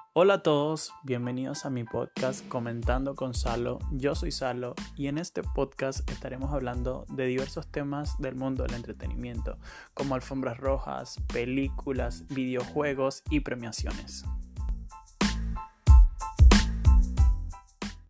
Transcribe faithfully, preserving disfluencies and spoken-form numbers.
Hola a todos, bienvenidos a mi podcast Comentando con Salo. Yo soy Salo y en este podcast estaremos hablando de diversos temas del mundo del entretenimiento, como alfombras rojas, películas, videojuegos y premiaciones.